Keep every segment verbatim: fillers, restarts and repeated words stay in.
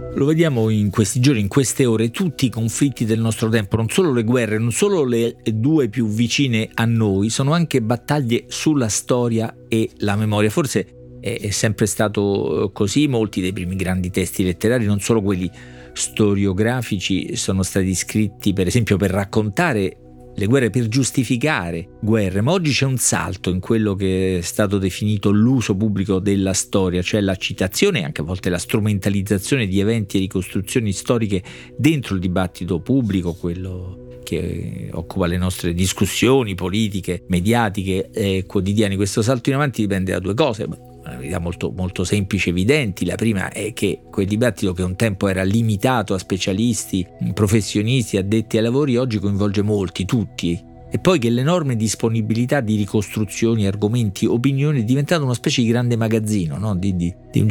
Lo vediamo in questi giorni, in queste ore, tutti i conflitti del nostro tempo, non solo le guerre, non solo le due più vicine a noi, sono anche battaglie sulla storia e la memoria. Forse è sempre stato così, molti dei primi grandi testi letterari, non solo quelli storiografici, sono stati scritti per esempio per raccontare le guerre, per giustificare guerre, ma oggi c'è un salto in quello che è stato definito l'uso pubblico della storia, cioè la citazione e anche a volte la strumentalizzazione di eventi e ricostruzioni storiche dentro il dibattito pubblico, quello che occupa le nostre discussioni politiche, mediatiche e quotidiane. Questo salto in avanti dipende da due cose, una verità molto, molto semplici, evidenti. La prima è che quel dibattito, che un tempo era limitato a specialisti, professionisti, addetti ai lavori, oggi coinvolge molti, tutti. E poi che l'enorme disponibilità di ricostruzioni, argomenti, opinioni è diventato una specie di grande magazzino, no? di, di, di un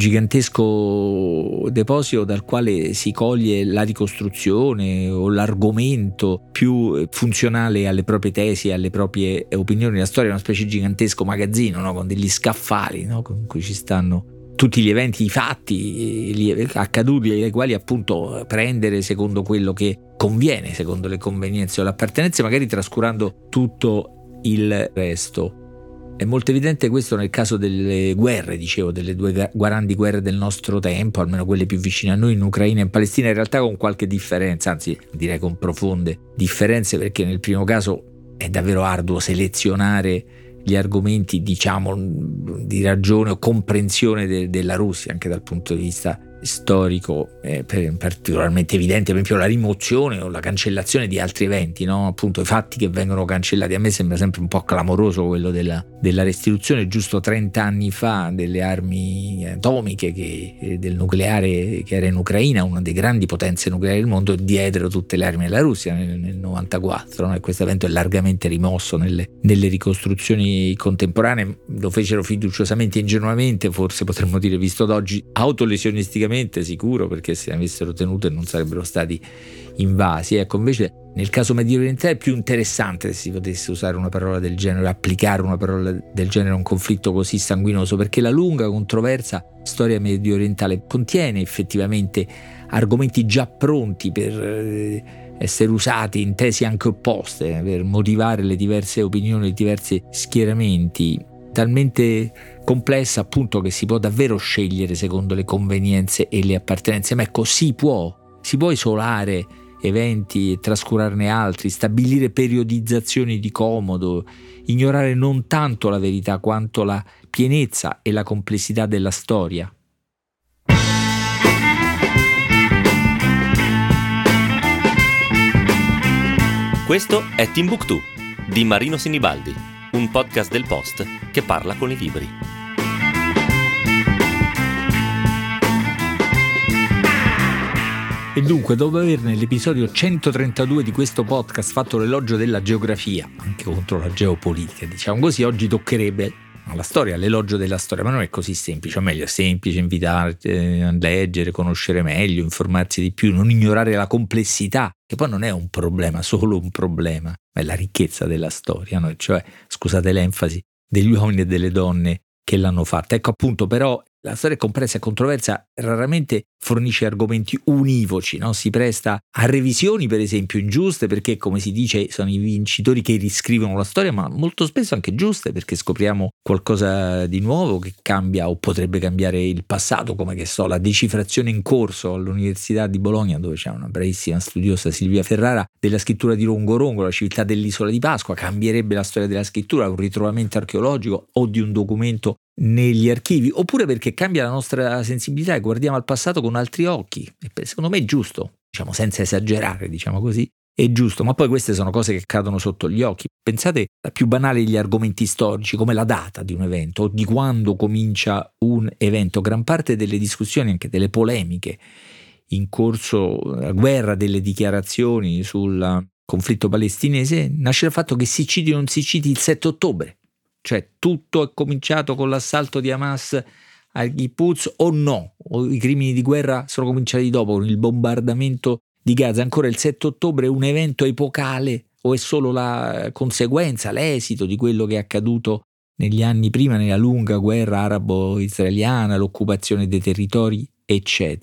gigantesco deposito dal quale si coglie la ricostruzione o l'argomento più funzionale alle proprie tesi, alle proprie opinioni. La storia è una specie di gigantesco magazzino, no? Con degli scaffali, no? Con cui ci stanno tutti gli eventi, i fatti gli accaduti, ai quali appunto prendere secondo quello che conviene, secondo le convenienze o le appartenenze, magari trascurando tutto il resto. È molto evidente questo nel caso delle guerre, dicevo, delle due grandi guerre del nostro tempo, almeno quelle più vicine a noi, in Ucraina e in Palestina, in realtà con qualche differenza, anzi direi con profonde differenze, perché nel primo caso è davvero arduo selezionare gli argomenti, diciamo, di ragione o comprensione de- della Russia, anche dal punto di vista storico, è particolarmente evidente, per esempio la rimozione o la cancellazione di altri eventi, no? Appunto i fatti che vengono cancellati. A me sembra sempre un po' clamoroso quello della, della restituzione giusto trenta anni fa delle armi atomiche, che, del nucleare che era in Ucraina, una delle grandi potenze nucleari del mondo, diedero tutte le armi alla Russia nel, nel novantaquattro, no? E questo evento è largamente rimosso nelle, nelle ricostruzioni contemporanee. Lo fecero fiduciosamente, ingenuamente, forse potremmo dire, visto d'oggi, autolesionisticamente sicuro, perché se ne avessero tenute non sarebbero stati invasi. Ecco, invece nel caso medio orientale è più interessante se si potesse usare una parola del genere, applicare una parola del genere a un conflitto così sanguinoso, perché la lunga, controversa storia medio orientale contiene effettivamente argomenti già pronti per essere usati in tesi anche opposte, per motivare le diverse opinioni, i diversi schieramenti, talmente complessa appunto che si può davvero scegliere secondo le convenienze e le appartenenze. Ma ecco, si può, si può isolare eventi e trascurarne altri, stabilire periodizzazioni di comodo, ignorare non tanto la verità quanto la pienezza e la complessità della storia. Questo è Timbuktu di Marino Sinibaldi, un podcast del Post che parla con i libri. E dunque, dopo aver nell'episodio centotrentadue di questo podcast fatto l'elogio della geografia, anche contro la geopolitica, diciamo così, oggi toccherebbe alla storia, l'elogio della storia. Ma non è così semplice, o meglio, è semplice invitarti a leggere, conoscere meglio, informarsi di più, non ignorare la complessità, che poi non è un problema, solo un problema, ma è la ricchezza della storia, no? Cioè, scusate l'enfasi, degli uomini e delle donne che l'hanno fatta. Ecco, appunto, però la storia è complessa e controversa, raramente fornisce argomenti univoci, no? Si presta a revisioni, per esempio, ingiuste, perché, come si dice, sono i vincitori che riscrivono la storia, ma molto spesso anche giuste, perché scopriamo qualcosa di nuovo che cambia o potrebbe cambiare il passato, come, che so, la decifrazione in corso all'Università di Bologna, dove c'è una bravissima studiosa, Silvia Ferrara, della scrittura di Rongorongo, la civiltà dell'isola di Pasqua. Cambierebbe la storia della scrittura, un ritrovamento archeologico o di un documento negli archivi, oppure perché cambia la nostra sensibilità e guardiamo al passato con altri occhi. E secondo me è giusto, diciamo, senza esagerare, diciamo così, è giusto. Ma poi queste sono cose che cadono sotto gli occhi. Pensate a più banale degli argomenti storici, come la data di un evento o di quando comincia un evento. Gran parte delle discussioni, anche delle polemiche in corso, la guerra delle dichiarazioni sul conflitto palestinese, nasce dal fatto che si citi o non si citi il sette ottobre. Cioè, tutto è cominciato con l'assalto di Hamas al Kibbutz o no? O i crimini di guerra sono cominciati dopo, con il bombardamento di Gaza? Ancora il sette ottobre è un evento epocale o è solo la conseguenza, l'esito di quello che è accaduto negli anni prima, nella lunga guerra arabo-israeliana, l'occupazione dei territori, eccetera?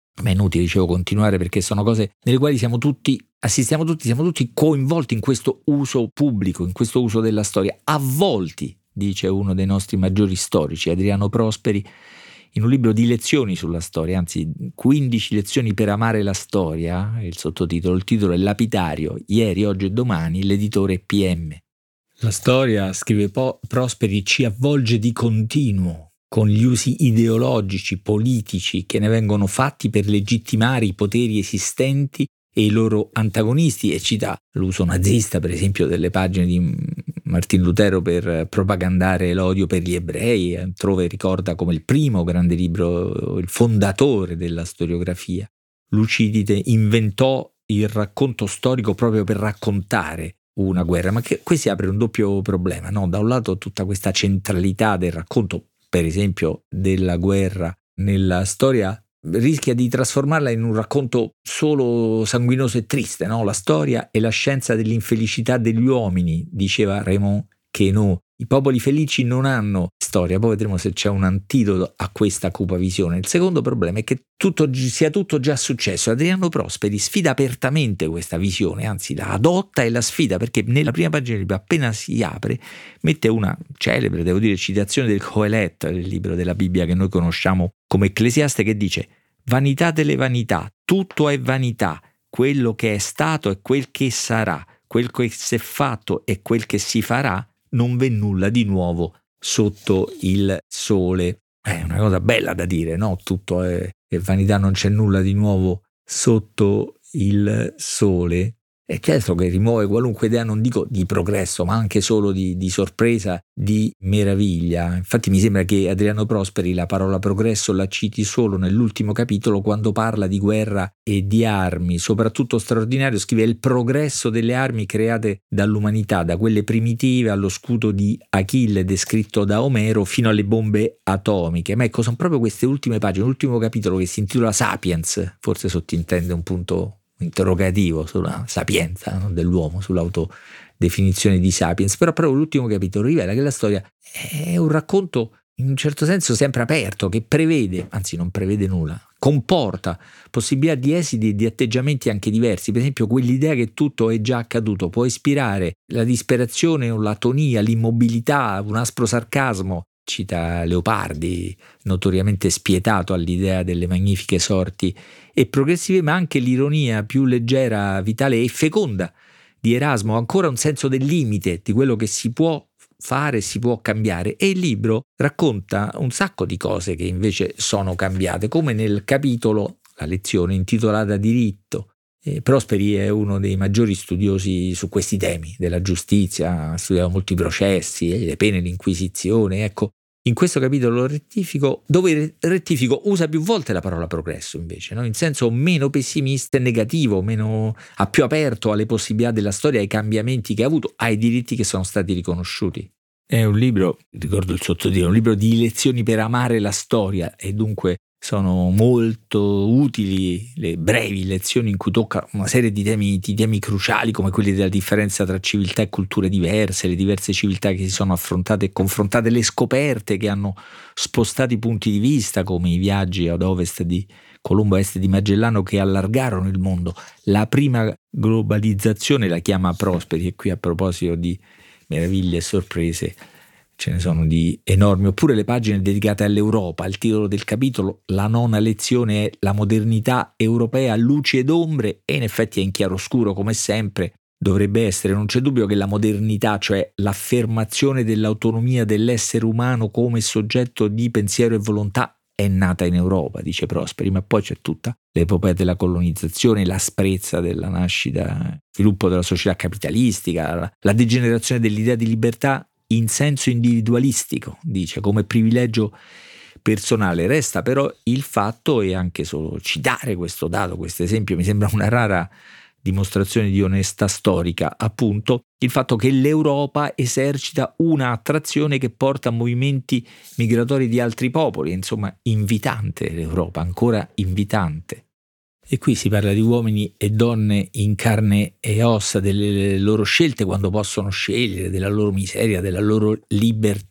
Ma è inutile, dicevo, continuare, perché sono cose nelle quali siamo tutti, assistiamo tutti, siamo tutti coinvolti in questo uso pubblico, in questo uso della storia, avvolti, dice uno dei nostri maggiori storici, Adriano Prosperi, in un libro di lezioni sulla storia, anzi quindici lezioni per amare la storia, il sottotitolo, il titolo è Lapidario, ieri, oggi e domani, l'editore P M. La storia, scrive Prosperi, ci avvolge di continuo con gli usi ideologici, politici che ne vengono fatti per legittimare i poteri esistenti e i loro antagonisti, e cita l'uso nazista, per esempio, delle pagine di Martin Lutero per propagandare l'odio per gli ebrei. Altrove ricorda come il primo grande libro, il fondatore della storiografia, Lucidite, inventò il racconto storico proprio per raccontare una guerra. Ma che qui si apre un doppio problema, no? Da un lato tutta questa centralità del racconto, per esempio, della guerra nella storia, rischia di trasformarla in un racconto solo sanguinoso e triste, no? La storia è la scienza dell'infelicità degli uomini, diceva Raymond Queneau. I popoli felici non hanno storia, poi vedremo se c'è un antidoto a questa cupa visione. Il secondo problema è che tutto, sia tutto già successo. Adriano Prosperi sfida apertamente questa visione, anzi la adotta e la sfida, perché nella prima pagina del libro, appena si apre, mette una celebre, devo dire, citazione del Coelet, il libro della Bibbia che noi conosciamo come Ecclesiaste, che dice: vanità delle vanità, tutto è vanità, quello che è stato è quel che sarà, quel che si è fatto e quel che si farà, non v'è nulla di nuovo sotto il sole. È una cosa bella da dire, no? Tutto è, è vanità, non c'è nulla di nuovo sotto il sole. È certo che rimuove qualunque idea, non dico di progresso, ma anche solo di, di sorpresa, di meraviglia. Infatti mi sembra che Adriano Prosperi la parola progresso la citi solo nell'ultimo capitolo, quando parla di guerra e di armi. Soprattutto straordinario, scrive, il progresso delle armi create dall'umanità, da quelle primitive allo scudo di Achille descritto da Omero fino alle bombe atomiche. Ma ecco, sono proprio queste ultime pagine, l'ultimo capitolo che si intitola Sapiens, forse sottintende un punto interrogativo sulla sapienza, no, dell'uomo, sull'autodefinizione di sapiens, però proprio l'ultimo capitolo rivela che la storia è un racconto in un certo senso sempre aperto, che prevede, anzi non prevede nulla, comporta possibilità di esiti e di atteggiamenti anche diversi. Per esempio, quell'idea che tutto è già accaduto può ispirare la disperazione o l'atonia, l'immobilità, un aspro sarcasmo. Cita Leopardi, notoriamente spietato all'idea delle magnifiche sorti e progressive, ma anche l'ironia più leggera, vitale e feconda di Erasmo, ancora un senso del limite, di quello che si può fare, si può cambiare. E il libro racconta un sacco di cose che invece sono cambiate, come nel capitolo, la lezione intitolata Diritto. E Prosperi è uno dei maggiori studiosi su questi temi della giustizia, ha studiato molti processi, le pene, l'inquisizione. Ecco, in questo capitolo rettifico, dove rettifico usa più volte la parola progresso invece, no? In senso meno pessimista e negativo, meno a più aperto alle possibilità della storia, ai cambiamenti che ha avuto, ai diritti che sono stati riconosciuti. È un libro, ricordo il sottotitolo, un libro di lezioni per amare la storia, e dunque sono molto utili le brevi lezioni in cui tocca una serie di temi, di temi cruciali, come quelli della differenza tra civiltà e culture diverse, le diverse civiltà che si sono affrontate e confrontate, le scoperte che hanno spostato i punti di vista, come i viaggi ad ovest di Colombo, a est di Magellano, che allargarono il mondo. La prima globalizzazione la chiama Prosperi, e qui a proposito di meraviglie e sorprese ce ne sono di enormi. Oppure le pagine dedicate all'Europa. Il titolo del capitolo, la nona lezione, è La modernità europea, luci ed ombre, e in effetti è in chiaroscuro come sempre dovrebbe essere. Non c'è dubbio che la modernità, cioè l'affermazione dell'autonomia dell'essere umano come soggetto di pensiero e volontà, è nata in Europa, dice Prosperi, ma poi c'è tutta l'epopea della colonizzazione, l'asprezza della nascita, sviluppo della società capitalistica, la, la degenerazione dell'idea di libertà in senso individualistico, dice, come privilegio personale. Resta però il fatto, e anche solo citare questo dato, questo esempio, mi sembra una rara dimostrazione di onestà storica, appunto, il fatto che l'Europa esercita una attrazione che porta a movimenti migratori di altri popoli, insomma, invitante l'Europa, ancora invitante. E qui si parla di uomini e donne in carne e ossa, delle loro scelte quando possono scegliere, della loro miseria, della loro libertà,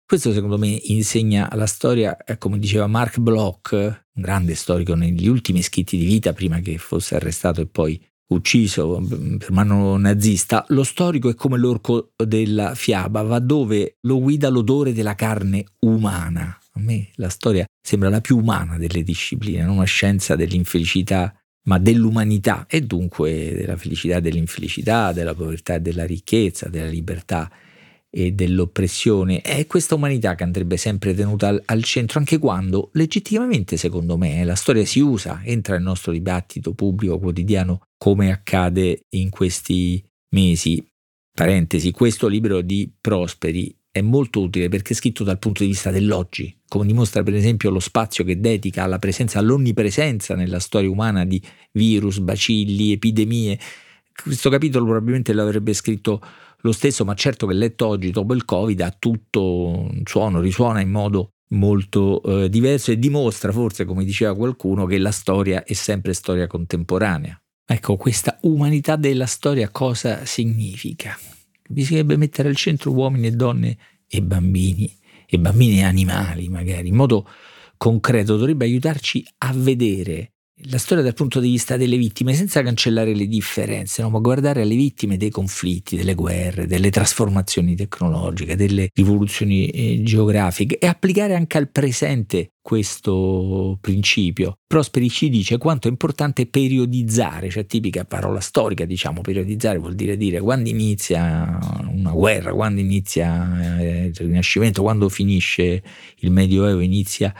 Questo secondo me insegna la storia, come diceva Mark Bloch, un grande storico negli ultimi scritti di vita, prima che fosse arrestato e poi ucciso per mano nazista. Lo storico è come l'orco della fiaba, va dove lo guida l'odore della carne umana. A me la storia sembra la più umana delle discipline, non una scienza dell'infelicità, ma dell'umanità, e dunque della felicità e dell'infelicità, della povertà e della ricchezza, della libertà e dell'oppressione. È questa umanità che andrebbe sempre tenuta al, al centro, anche quando legittimamente, secondo me, la storia si usa, entra nel nostro dibattito pubblico quotidiano, come accade in questi mesi. Parentesi, questo libro di Prosperi è molto utile perché è scritto dal punto di vista dell'oggi, come dimostra per esempio lo spazio che dedica alla presenza, all'onnipresenza nella storia umana di virus, bacilli, epidemie. Questo capitolo probabilmente l'avrebbe scritto lo stesso, ma certo che letto oggi dopo il Covid ha tutto un suono, risuona in modo molto eh, diverso e dimostra forse, come diceva qualcuno, che la storia è sempre storia contemporanea. Ecco, questa umanità della storia cosa significa? Bisognerebbe mettere al centro uomini e donne e bambini, e bambini e animali magari, in modo concreto. Dovrebbe aiutarci a vedere la storia dal punto di vista delle vittime, senza cancellare le differenze, no? Ma guardare alle vittime dei conflitti, delle guerre, delle trasformazioni tecnologiche, delle rivoluzioni eh, geografiche, e applicare anche al presente questo principio. Prosperi ci dice quanto è importante periodizzare, cioè tipica parola storica, diciamo, periodizzare vuol dire dire quando inizia una guerra, quando inizia eh, il Rinascimento, quando finisce il Medioevo, inizia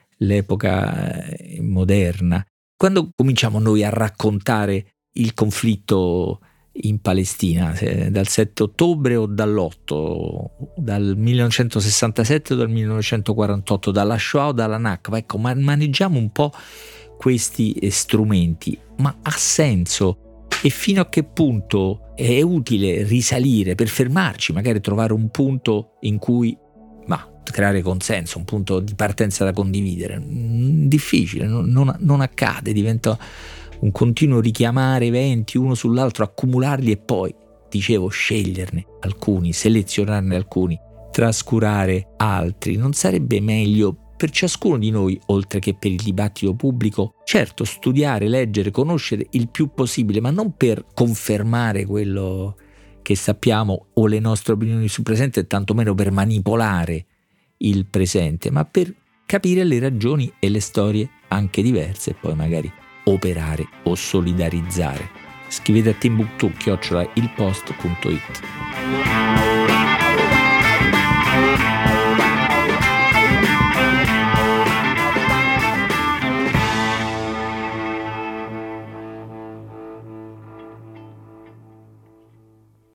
l'epoca eh, moderna. Quando cominciamo noi a raccontare il conflitto in Palestina, dal sette ottobre o dall'otto, dal millenovecentosessantasette o dal millenovecentoquarantotto, dalla Shoah o dalla Nakba, ecco, maneggiamo un po' questi strumenti, ma ha senso? E fino a che punto è utile risalire per fermarci, magari trovare un punto in cui ma creare consenso, un punto di partenza da condividere? Difficile, non, non, non accade, diventa un continuo richiamare eventi uno sull'altro, accumularli e poi, dicevo, sceglierne alcuni, selezionarne alcuni, trascurare altri. Non sarebbe meglio per ciascuno di noi, oltre che per il dibattito pubblico, certo studiare, leggere, conoscere il più possibile, ma non per confermare quello che sappiamo o le nostre opinioni sul presente, e tantomeno per manipolare il presente, ma per capire le ragioni e le storie anche diverse e poi magari operare o solidarizzare. Scrivete a timbuktu chiocciola ilpost punto it.